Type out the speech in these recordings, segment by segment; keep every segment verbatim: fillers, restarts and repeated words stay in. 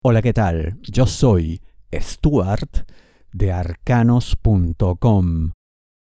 Hola, ¿qué tal? Yo soy Stuart de arcanos punto com.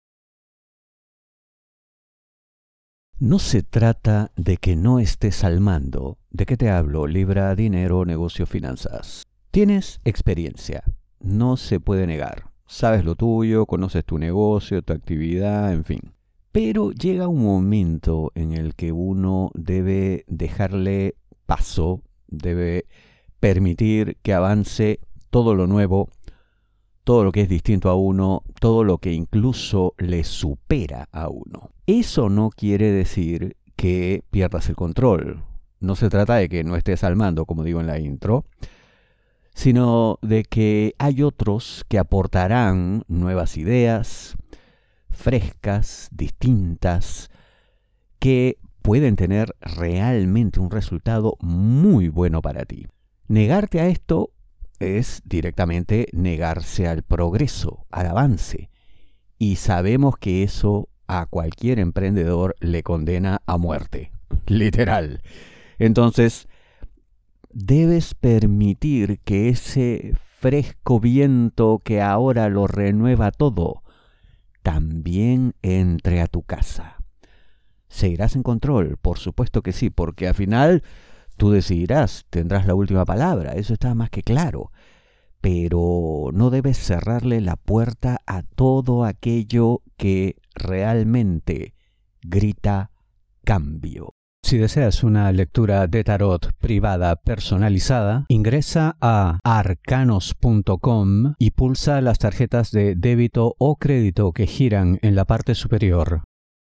No se trata de que no estés al mando. ¿De qué te hablo? Libra, dinero, negocio, finanzas. Tienes experiencia. No se puede negar. Sabes lo tuyo, conoces tu negocio, tu actividad, en fin. Pero llega un momento en el que uno debe dejarle paso, debe permitir que avance todo lo nuevo, todo lo que es distinto a uno, todo lo que incluso le supera a uno. Eso no quiere decir que pierdas el control. No se trata de que no estés al mando, como digo en la intro, sino de que hay otros que aportarán nuevas ideas, frescas, distintas, que pueden tener realmente un resultado muy bueno para ti. Negarte a esto es directamente negarse al progreso, al avance. Y sabemos que eso a cualquier emprendedor le condena a muerte, literal. Entonces, debes permitir que ese fresco viento que ahora lo renueva todo, también entre a tu casa. ¿Seguirás en control? Por supuesto que sí, porque al final tú decidirás, tendrás la última palabra, eso está más que claro. Pero no debes cerrarle la puerta a todo aquello que realmente grita cambio. Si deseas una lectura de tarot privada personalizada, ingresa a arcanos punto com y pulsa las tarjetas de débito o crédito que giran en la parte superior.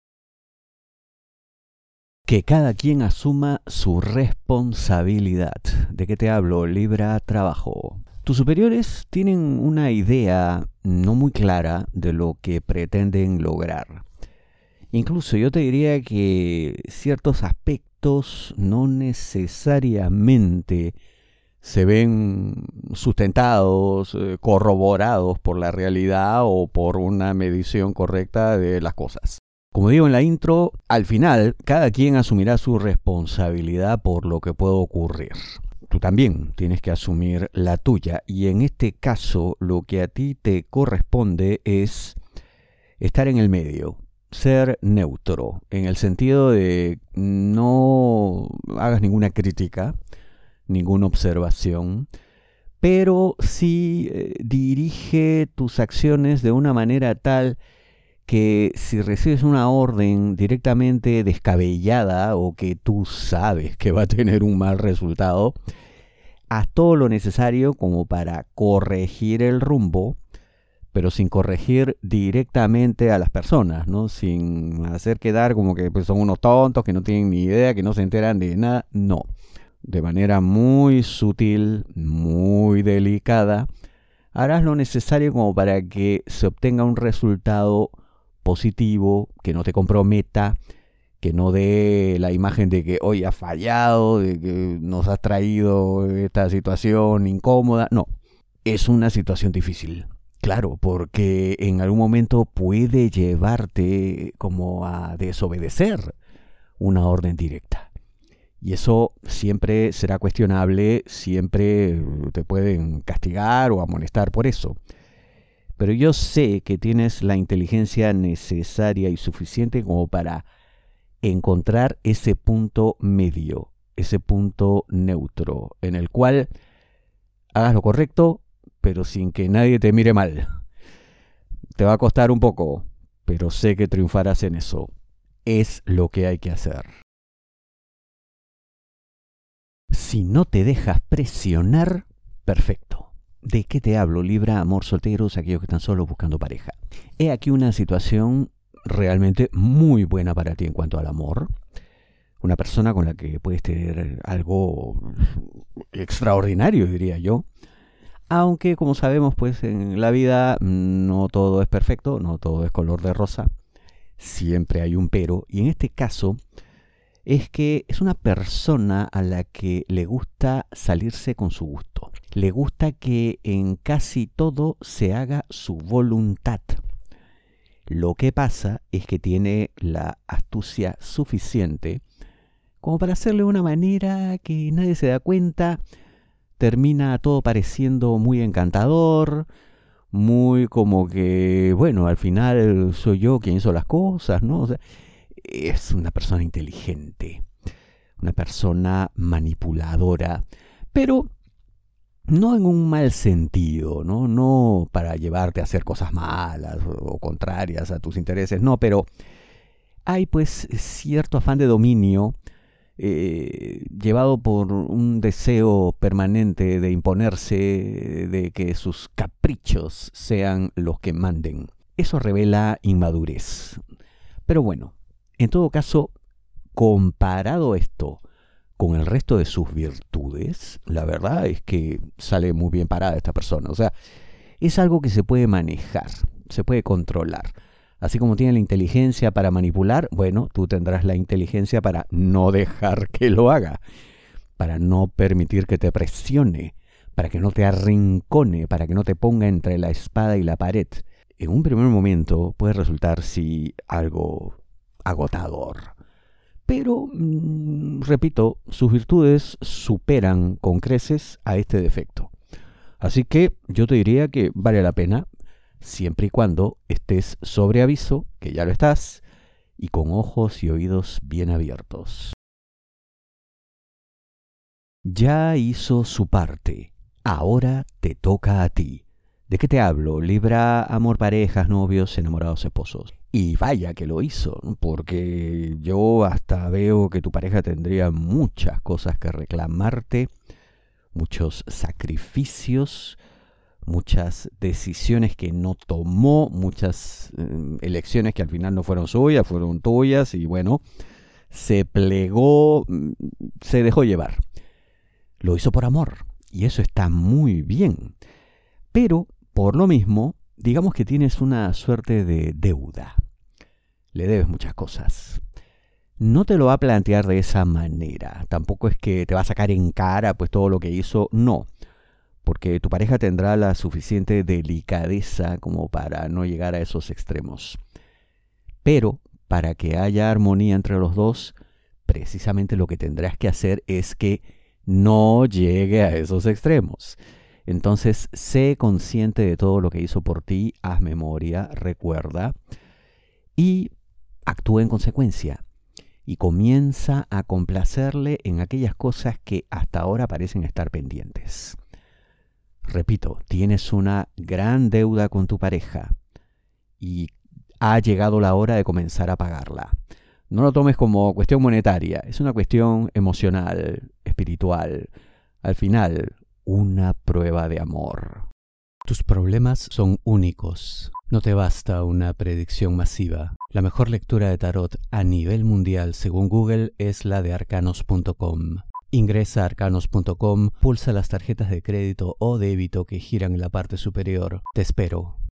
Que cada quien asuma su responsabilidad. ¿De qué te hablo? Libra, trabajo. Tus superiores tienen una idea no muy clara de lo que pretenden lograr. Incluso yo te diría que ciertos aspectos no necesariamente se ven sustentados, corroborados por la realidad o por una medición correcta de las cosas. Como digo en la intro, al final cada quien asumirá su responsabilidad por lo que pueda ocurrir. Tú también tienes que asumir la tuya y en este caso lo que a ti te corresponde es estar en el medio, ser neutro, en el sentido de no hagas ninguna crítica, ninguna observación, pero sí eh, dirige tus acciones de una manera tal que si recibes una orden directamente descabellada o que tú sabes que va a tener un mal resultado, haz todo lo necesario como para corregir el rumbo, pero sin corregir directamente a las personas, ¿no? Sin hacer quedar como que pues, son unos tontos, que no tienen ni idea, que no se enteran de nada. No, de manera muy sutil, muy delicada, harás lo necesario como para que se obtenga un resultado positivo, que no te comprometa, que no dé la imagen de que hoy has fallado, de que nos has traído esta situación incómoda. No, es una situación difícil. Claro, porque en algún momento puede llevarte como a desobedecer una orden directa. Y eso siempre será cuestionable, siempre te pueden castigar o amonestar por eso. Pero yo sé que tienes la inteligencia necesaria y suficiente como para encontrar ese punto medio, ese punto neutro, en el cual hagas lo correcto, pero sin que nadie te mire mal. Te va a costar un poco, pero sé que triunfarás en eso. Es lo que hay que hacer. Si no te dejas presionar, perfecto. ¿De qué te hablo? Libra, amor, solteros, aquellos que están solos buscando pareja. He aquí una situación realmente muy buena para ti en cuanto al amor. Una persona con la que puedes tener algo extraordinario, diría yo. Aunque, como sabemos, pues en la vida no todo es perfecto, no todo es color de rosa. Siempre hay un pero. Y en este caso es que es una persona a la que le gusta salirse con su gusto. Le gusta que en casi todo se haga su voluntad. Lo que pasa es que tiene la astucia suficiente como para hacerle de una manera que nadie se da cuenta, termina todo pareciendo muy encantador, muy como que, bueno, al final soy yo quien hizo las cosas, ¿no? O sea, es una persona inteligente, una persona manipuladora, pero no en un mal sentido, ¿no? No para llevarte a hacer cosas malas o contrarias a tus intereses, no, pero hay pues cierto afán de dominio eh, llevado por un deseo permanente de imponerse, de que sus caprichos sean los que manden. Eso revela inmadurez. Pero bueno, en todo caso, comparado esto con el resto de sus virtudes, la verdad es que sale muy bien parada esta persona. O sea, es algo que se puede manejar, se puede controlar. Así como tiene la inteligencia para manipular, bueno, tú tendrás la inteligencia para no dejar que lo haga, para no permitir que te presione, para que no te arrincone, para que no te ponga entre la espada y la pared. En un primer momento puede resultar, sí, algo agotador. Pero, mmm, repito, sus virtudes superan con creces a este defecto. Así que yo te diría que vale la pena, siempre y cuando estés sobre aviso, que ya lo estás, y con ojos y oídos bien abiertos. Ya hizo su parte, ahora te toca a ti. ¿De qué te hablo? Libra, amor, parejas, novios, enamorados, esposos. Y vaya que lo hizo, ¿no? Porque yo hasta veo que tu pareja tendría muchas cosas que reclamarte, muchos sacrificios, muchas decisiones que no tomó, muchas eh, elecciones que al final no fueron suyas, fueron tuyas, y bueno, se plegó, se dejó llevar. Lo hizo por amor, y eso está muy bien. Pero, por lo mismo, digamos que tienes una suerte de deuda. Le debes muchas cosas. No te lo va a plantear de esa manera. Tampoco es que te va a sacar en cara pues todo lo que hizo. No. Porque tu pareja tendrá la suficiente delicadeza como para no llegar a esos extremos. Pero, para que haya armonía entre los dos, precisamente lo que tendrás que hacer es que no llegue a esos extremos. Entonces, sé consciente de todo lo que hizo por ti, haz memoria, recuerda y actúa en consecuencia. Y comienza a complacerle en aquellas cosas que hasta ahora parecen estar pendientes. Repito, tienes una gran deuda con tu pareja y ha llegado la hora de comenzar a pagarla. No lo tomes como cuestión monetaria, es una cuestión emocional, espiritual. Al final, una prueba de amor. Tus problemas son únicos. No te basta una predicción masiva. La mejor lectura de tarot a nivel mundial, según Google, es la de arcanos punto com. Ingresa a arcanos punto com, pulsa las tarjetas de crédito o débito que giran en la parte superior. Te espero.